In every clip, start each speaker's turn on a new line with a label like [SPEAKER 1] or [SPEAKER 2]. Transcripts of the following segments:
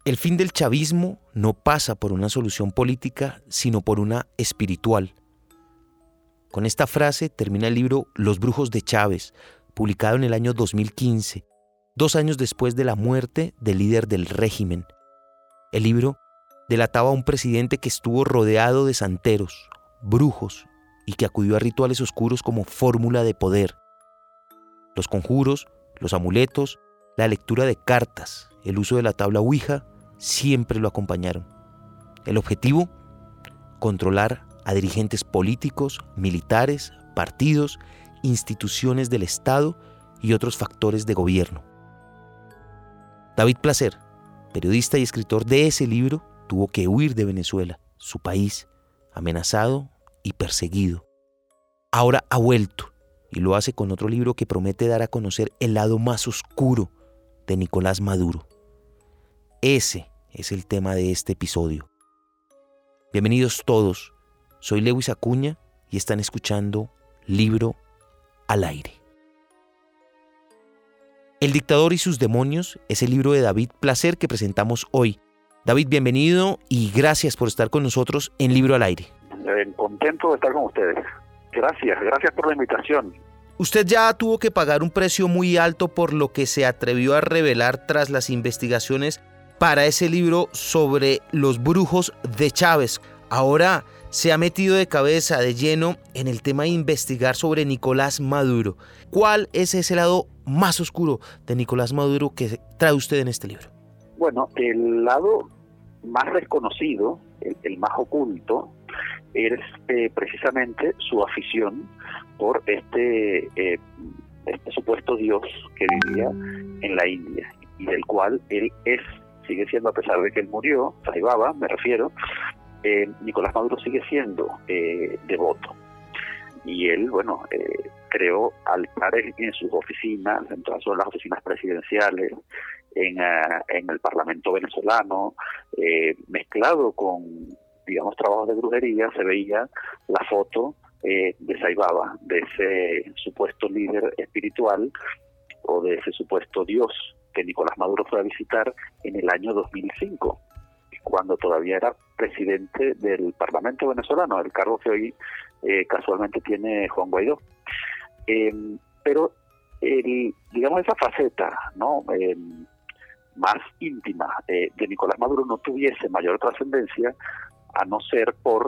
[SPEAKER 1] El fin del chavismo no pasa por una solución política, sino por una espiritual. Con esta frase termina el libro Los brujos de Chávez, publicado en el año 2015, 2 años después de la muerte del líder del régimen. El libro delataba a un presidente que estuvo rodeado de santeros, brujos, y que acudió a rituales oscuros como fórmula de poder. Los conjuros, los amuletos, la lectura de cartas, el uso de la tabla Ouija, siempre lo acompañaron. El objetivo: controlar a dirigentes políticos, militares, partidos, instituciones del Estado y otros factores de gobierno. David Placer, periodista y escritor de ese libro, tuvo que huir de Venezuela, su país, amenazado y perseguido. Ahora ha vuelto y lo hace con otro libro que promete dar a conocer el lado más oscuro de Nicolás Maduro. Ese es el tema de este episodio. Bienvenidos todos, soy Lewis Acuña y están escuchando Libro al Aire. El dictador y sus demonios es el libro de David Placer que presentamos hoy. David, bienvenido y gracias por estar con nosotros en Libro al Aire.
[SPEAKER 2] Contento de estar con ustedes. Gracias por la invitación.
[SPEAKER 1] Usted ya tuvo que pagar un precio muy alto por lo que se atrevió a revelar tras las investigaciones para ese libro sobre los brujos de Chávez. Ahora se ha metido de cabeza, de lleno, en el tema de investigar sobre Nicolás Maduro. ¿Cuál es ese lado más oscuro de Nicolás Maduro que trae usted en este libro?
[SPEAKER 2] Bueno, el lado más desconocido, el más oculto, es precisamente su afición por este supuesto dios que vivía en la India y del cual él sigue siendo, a pesar de que él murió, Sai Baba, me refiero, Nicolás Maduro sigue siendo devoto. Y él, creó altares en sus oficinas, en todas las oficinas presidenciales, en el Parlamento venezolano, mezclado con, digamos, trabajos de brujería. Se veía la foto de Sai Baba, de ese supuesto líder espiritual o de ese supuesto dios que Nicolás Maduro fue a visitar en el año 2005, cuando todavía era presidente del Parlamento venezolano, el cargo que hoy casualmente tiene Juan Guaidó. Pero digamos, esa faceta, ¿no?, más íntima de Nicolás Maduro no tuviese mayor trascendencia a no ser por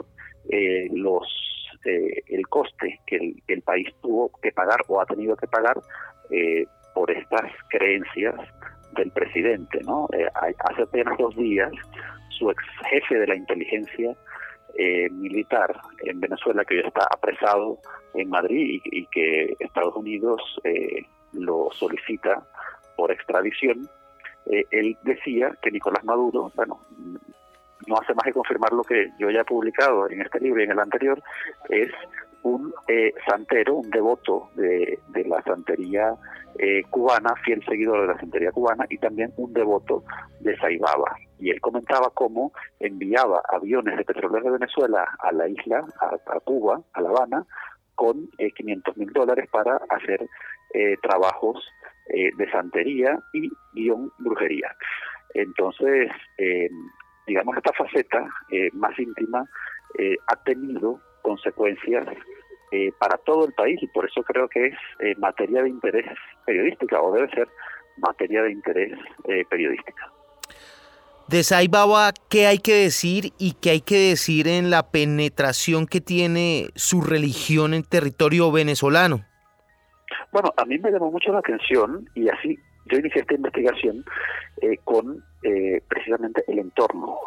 [SPEAKER 2] el coste que el país tuvo que pagar o ha tenido que pagar por estas creencias del presidente, ¿no? Hace apenas 2 días, su ex jefe de la inteligencia militar en Venezuela, que hoy está apresado en Madrid y que Estados Unidos lo solicita por extradición, él decía que Nicolás Maduro, no hace más que confirmar lo que yo ya he publicado en este libro y en el anterior, es un santero, un devoto de la santería cubana, fiel seguidor de la santería cubana, y también un devoto de Sai Baba. Y él comentaba cómo enviaba aviones de Petróleos de Venezuela a la isla, a Cuba, a La Habana, con $500,000 para hacer trabajos de santería y brujería. Entonces, digamos, esta faceta más íntima ha tenido consecuencias para todo el país, y por eso creo que es materia de interés periodística, o debe ser materia de interés periodística.
[SPEAKER 1] De Sai Baba, ¿qué hay que decir y qué hay que decir en la penetración que tiene su religión en territorio venezolano?
[SPEAKER 2] Bueno, a mí me llamó mucho la atención, y así yo inicié esta investigación con precisamente el entorno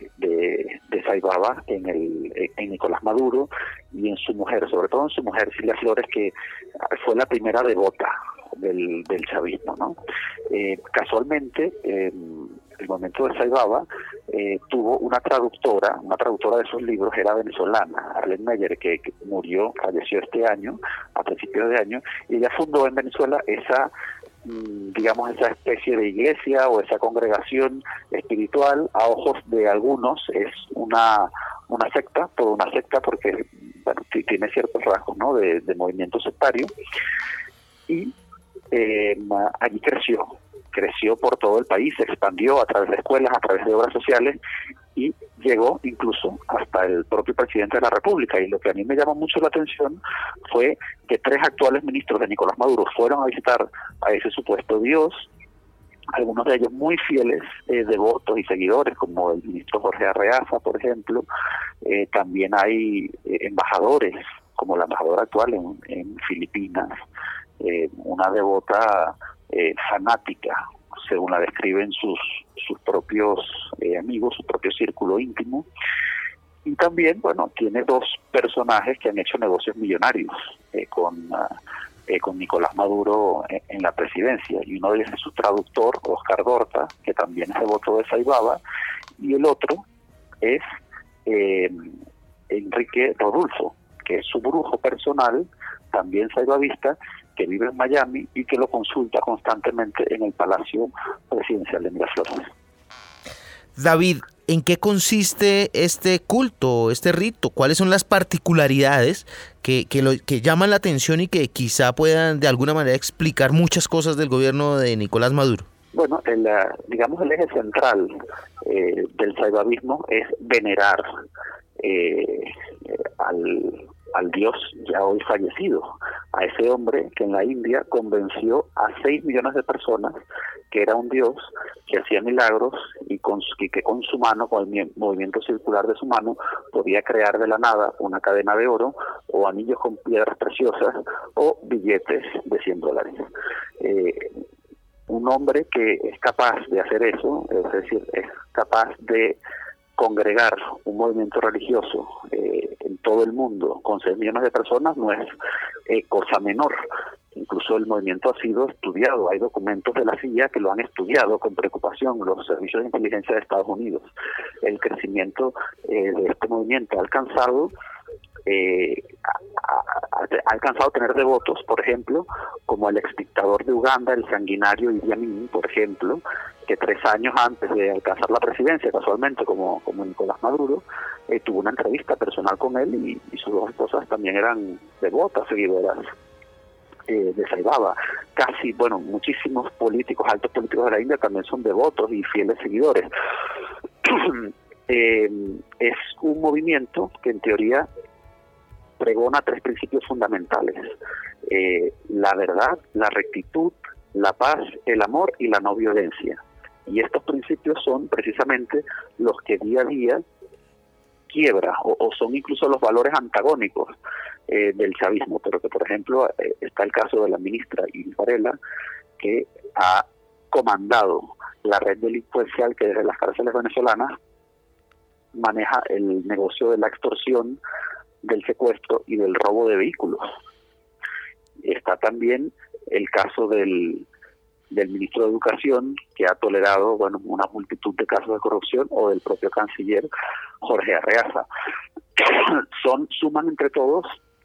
[SPEAKER 2] de Sai Baba en Nicolás Maduro y en su mujer, sobre todo en su mujer Cilia Flores, que fue la primera devota del chavismo, ¿no? Casualmente, el momento de Sai Baba tuvo una traductora de sus libros, era venezolana, Arlene Meyer, que falleció este año, a principios de año, y ella fundó en Venezuela esa especie de iglesia o esa congregación espiritual. A ojos de algunos es una secta, toda una secta, porque tiene ciertos rasgos, ¿no?, de movimiento sectario, y allí creció creció por todo el país, se expandió a través de escuelas, a través de obras sociales y llegó incluso hasta el propio presidente de la República. Y lo que a mí me llamó mucho la atención fue que 3 actuales ministros de Nicolás Maduro fueron a visitar a ese supuesto Dios, algunos de ellos muy fieles, devotos y seguidores, como el ministro Jorge Arreaza, por ejemplo. También hay embajadores, como la embajadora actual en Filipinas, una devota fanática, según la describen sus propios amigos, su propio círculo íntimo. Y también, bueno, tiene 2 personajes que han hecho negocios millonarios con Nicolás Maduro en la presidencia, y uno de ellos es su traductor, Oscar Dorta, que también es devoto de Saibaba, y el otro es Enrique Rodulfo, que es su brujo personal, también saibabista, que vive en Miami y que lo consulta constantemente en el Palacio Presidencial de Miraflores.
[SPEAKER 1] David, ¿en qué consiste este culto, este rito? ¿Cuáles son las particularidades que llaman la atención y que quizá puedan de alguna manera explicar muchas cosas del gobierno de Nicolás Maduro?
[SPEAKER 2] Bueno, digamos el eje central del saibabismo es venerar al Dios ya hoy fallecido, a ese hombre que en la India convenció a 6 millones de personas que era un Dios que hacía milagros y que con su mano, con el movimiento circular de su mano, podía crear de la nada una cadena de oro o anillos con piedras preciosas o billetes de $100. Un hombre que es capaz de hacer eso, es decir, es capaz de congregar un movimiento religioso en todo el mundo con 6 millones de personas, no es cosa menor. Incluso el movimiento ha sido estudiado, hay documentos de la CIA que lo han estudiado con preocupación, los servicios de inteligencia de Estados Unidos. El crecimiento de este movimiento ha alcanzado tener devotos, por ejemplo, como el exdictador de Uganda, el sanguinario Idi Amin, por ejemplo, que 3 años antes de alcanzar la presidencia, casualmente como Nicolás Maduro, tuvo una entrevista personal con él y sus 2 esposas también eran devotas, seguidoras de Saibaba. Casi, bueno, muchísimos políticos, altos políticos de la India también son devotos y fieles seguidores. Es un movimiento que en teoría pregona 3 principios fundamentales: la verdad, la rectitud, la paz, el amor y la no violencia. Y estos principios son precisamente los que día a día quiebra o son incluso los valores antagónicos del chavismo, pero que por ejemplo está el caso de la ministra Iris Varela, que ha comandado la red delincuencial que desde las cárceles venezolanas maneja el negocio de la extorsión, del secuestro y del robo de vehículos. Está también el caso del ministro de Educación, que ha tolerado, bueno, una multitud de casos de corrupción, o del propio canciller Jorge Arreaza. Suman entre todos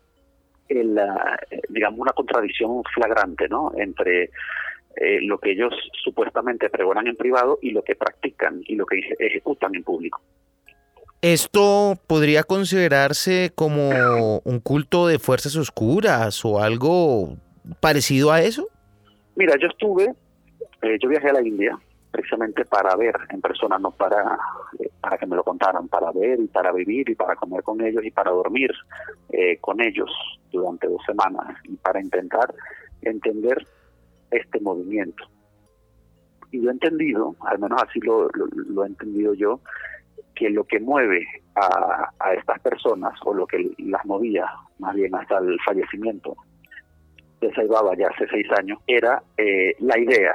[SPEAKER 2] digamos una contradicción flagrante, ¿no?, entre lo que ellos supuestamente pregonan en privado y lo que practican y lo que ejecutan en público.
[SPEAKER 1] ¿Esto podría considerarse como un culto de fuerzas oscuras o algo parecido a eso?
[SPEAKER 2] Mira, yo viajé a la India precisamente para ver en persona, no para que me lo contaran, para ver y para vivir y para comer con ellos y para dormir con ellos durante 2 semanas y para intentar entender este movimiento. Y yo he entendido, al menos así lo he entendido yo, que lo que mueve a estas personas, o lo que las movía más bien hasta el fallecimiento de Saibaba ya hace 6 años, era la idea,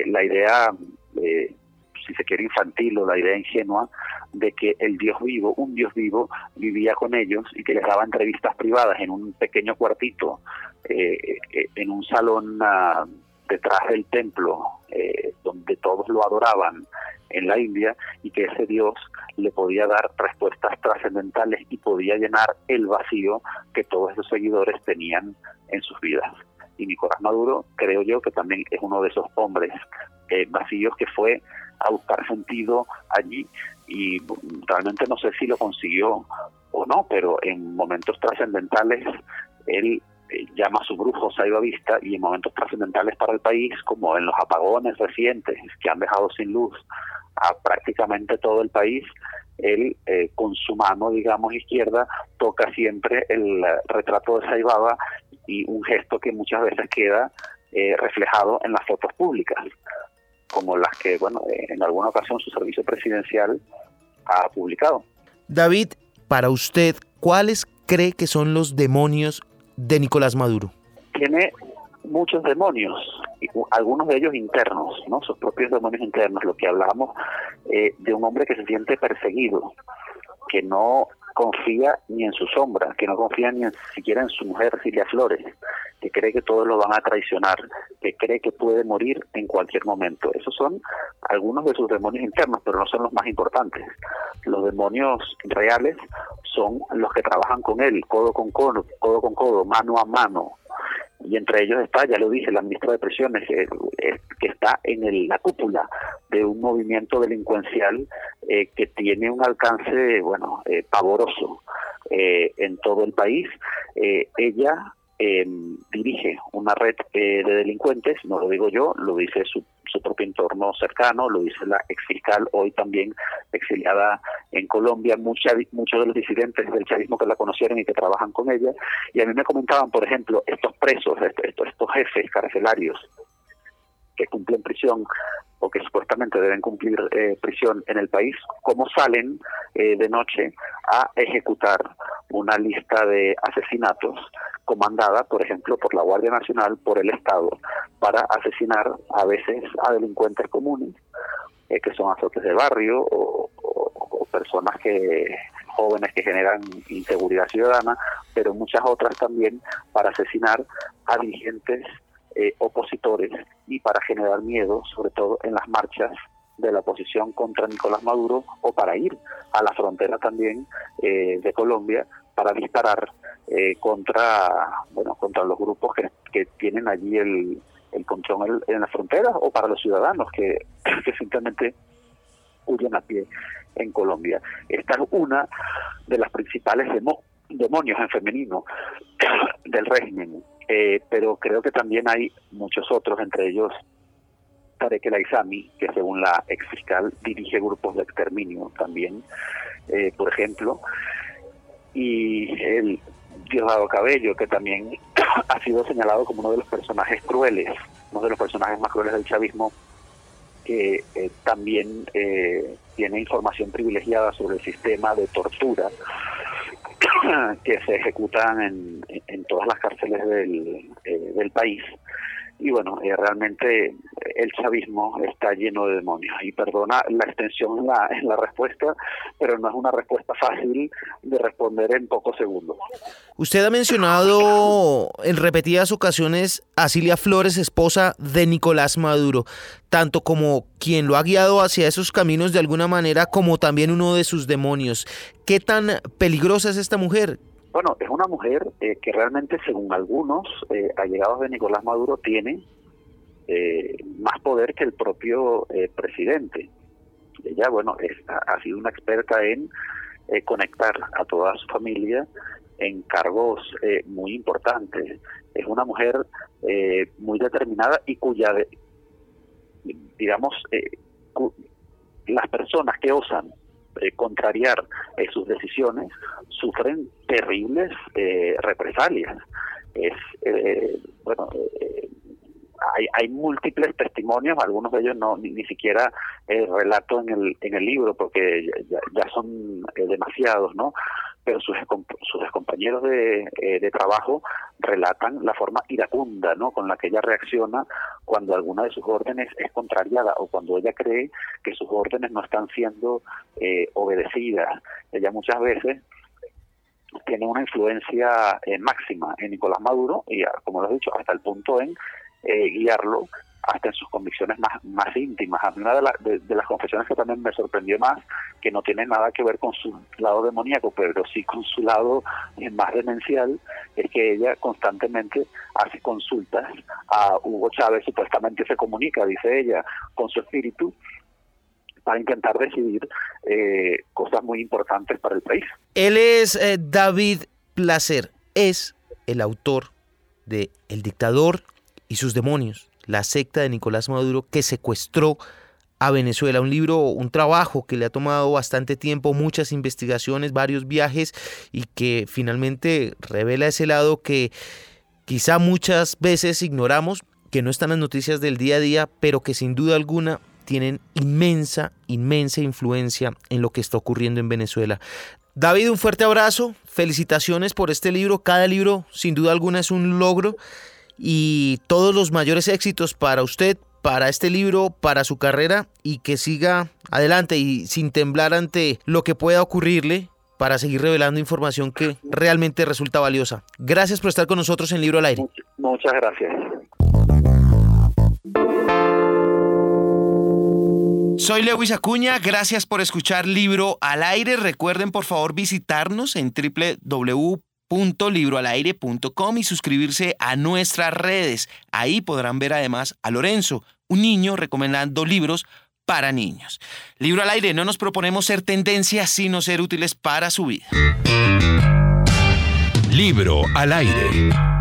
[SPEAKER 2] si se quiere infantil, o la idea ingenua de que un Dios vivo, vivía con ellos y que les daba entrevistas privadas en un pequeño cuartito, en un salón detrás del templo, donde todos lo adoraban en la India, y que ese Dios le podía dar respuestas trascendentales y podía llenar el vacío que todos esos seguidores tenían en sus vidas. Y Nicolás Maduro, creo yo, que también es uno de esos hombres vacíos que fue a buscar sentido allí, y realmente no sé si lo consiguió o no, pero en momentos trascendentales él llama a su brujo salvavidas y en momentos trascendentales para el país, como en los apagones recientes que han dejado sin luz a prácticamente todo el país, él con su mano, digamos, izquierda, toca siempre el retrato de Saibaba y un gesto que muchas veces queda reflejado en las fotos públicas, como las que, bueno, en alguna ocasión su servicio presidencial ha publicado.
[SPEAKER 1] David, para usted, ¿cuáles cree que son los demonios de Nicolás Maduro?
[SPEAKER 2] Tiene muchos demonios, algunos de ellos internos, ¿no? Sus propios demonios internos, lo que hablábamos de un hombre que se siente perseguido, que no confía ni en su sombra, que no confía ni siquiera en su mujer Cilia Flores, que cree que todos lo van a traicionar, que cree que puede morir en cualquier momento. Esos son algunos de sus demonios internos, pero no son los más importantes. Los demonios reales son los que trabajan con él, codo con codo, mano a mano. Y entre ellos está, ya lo dije, la ministra de Prisiones, que está en la cúpula de un movimiento delincuencial que tiene un alcance, pavoroso en todo el país. Ella dirige una red de delincuentes, no lo digo yo, lo dice su propio entorno cercano, lo dice la exfiscal, hoy también exiliada en Colombia, muchos de los disidentes del chavismo que la conocieron y que trabajan con ella, y a mí me comentaban, por ejemplo, estos presos, estos jefes carcelarios que cumplen prisión o que supuestamente deben cumplir prisión en el país, cómo salen de noche a ejecutar una lista de asesinatos comandada, por ejemplo, por la Guardia Nacional, por el Estado, para asesinar a veces a delincuentes comunes, que son azotes de barrio o personas jóvenes que generan inseguridad ciudadana, pero muchas otras también para asesinar a dirigentes opositores y para generar miedo, sobre todo en las marchas de la oposición contra Nicolás Maduro, o para ir a la frontera también de Colombia para disparar contra los grupos que tienen allí el control en la frontera, o para los ciudadanos que simplemente huyen a pie en Colombia. Esta es una de las principales demonios en femenino del régimen, pero creo que también hay muchos otros, entre ellos Tarek El Aizami, que según la exfiscal dirige grupos de exterminio también, por ejemplo, y el Diosdado Cabello, que también ha sido señalado como uno de los personajes crueles, uno de los personajes más crueles del chavismo, que también tiene información privilegiada sobre el sistema de tortura que se ejecutan en todas las cárceles del país. Y bueno, realmente el chavismo está lleno de demonios. Y perdona la extensión en la respuesta, pero no es una respuesta fácil de responder en pocos segundos.
[SPEAKER 1] Usted ha mencionado en repetidas ocasiones a Cilia Flores, esposa de Nicolás Maduro, tanto como quien lo ha guiado hacia esos caminos de alguna manera, como también uno de sus demonios. ¿Qué tan peligrosa es esta mujer?
[SPEAKER 2] Bueno, es una mujer que realmente, según algunos allegados de Nicolás Maduro, tiene más poder que el propio presidente. Ella, ha sido una experta en conectar a toda su familia en cargos muy importantes. Es una mujer muy determinada y cuya, las personas que osan contrariar sus decisiones sufren terribles represalias. Hay múltiples testimonios, algunos de ellos ni siquiera relato en el libro porque ya son demasiados, ¿no? Pero sus compañeros de trabajo relatan la forma iracunda, ¿no?, con la que ella reacciona cuando alguna de sus órdenes es contrariada o cuando ella cree que sus órdenes no están siendo obedecidas. Ella muchas veces tiene una influencia máxima en Nicolás Maduro y, como lo he dicho, hasta el punto en guiarlo hasta en sus convicciones más íntimas. A mí una de las confesiones que también me sorprendió más, que no tiene nada que ver con su lado demoníaco, pero sí con su lado más demencial, es que ella constantemente hace consultas a Hugo Chávez, supuestamente se comunica, dice ella, con su espíritu, para intentar decidir cosas muy importantes para el país.
[SPEAKER 1] Él es David Placer, es el autor de El dictador y sus demonios, la secta de Nicolás Maduro que secuestró a Venezuela. Un libro, un trabajo que le ha tomado bastante tiempo, muchas investigaciones, varios viajes y que finalmente revela ese lado que quizá muchas veces ignoramos, que no están en las noticias del día a día, pero que sin duda alguna tienen inmensa influencia en lo que está ocurriendo en Venezuela. David, un fuerte abrazo, felicitaciones por este libro. Cada libro sin duda alguna es un logro y todos los mayores éxitos para usted, para este libro, para su carrera y que siga adelante y sin temblar ante lo que pueda ocurrirle para seguir revelando información que realmente resulta valiosa. Gracias por estar con nosotros en Libro al Aire.
[SPEAKER 2] Muchas gracias.
[SPEAKER 1] Soy Lewis Acuña, gracias por escuchar Libro al Aire. Recuerden por favor visitarnos en www.libroalaire.com y suscribirse a nuestras redes. Ahí podrán ver además a Lorenzo, un niño recomendando libros para niños. Libro al Aire, no nos proponemos ser tendencia, sino ser útiles para su vida.
[SPEAKER 3] Libro al Aire.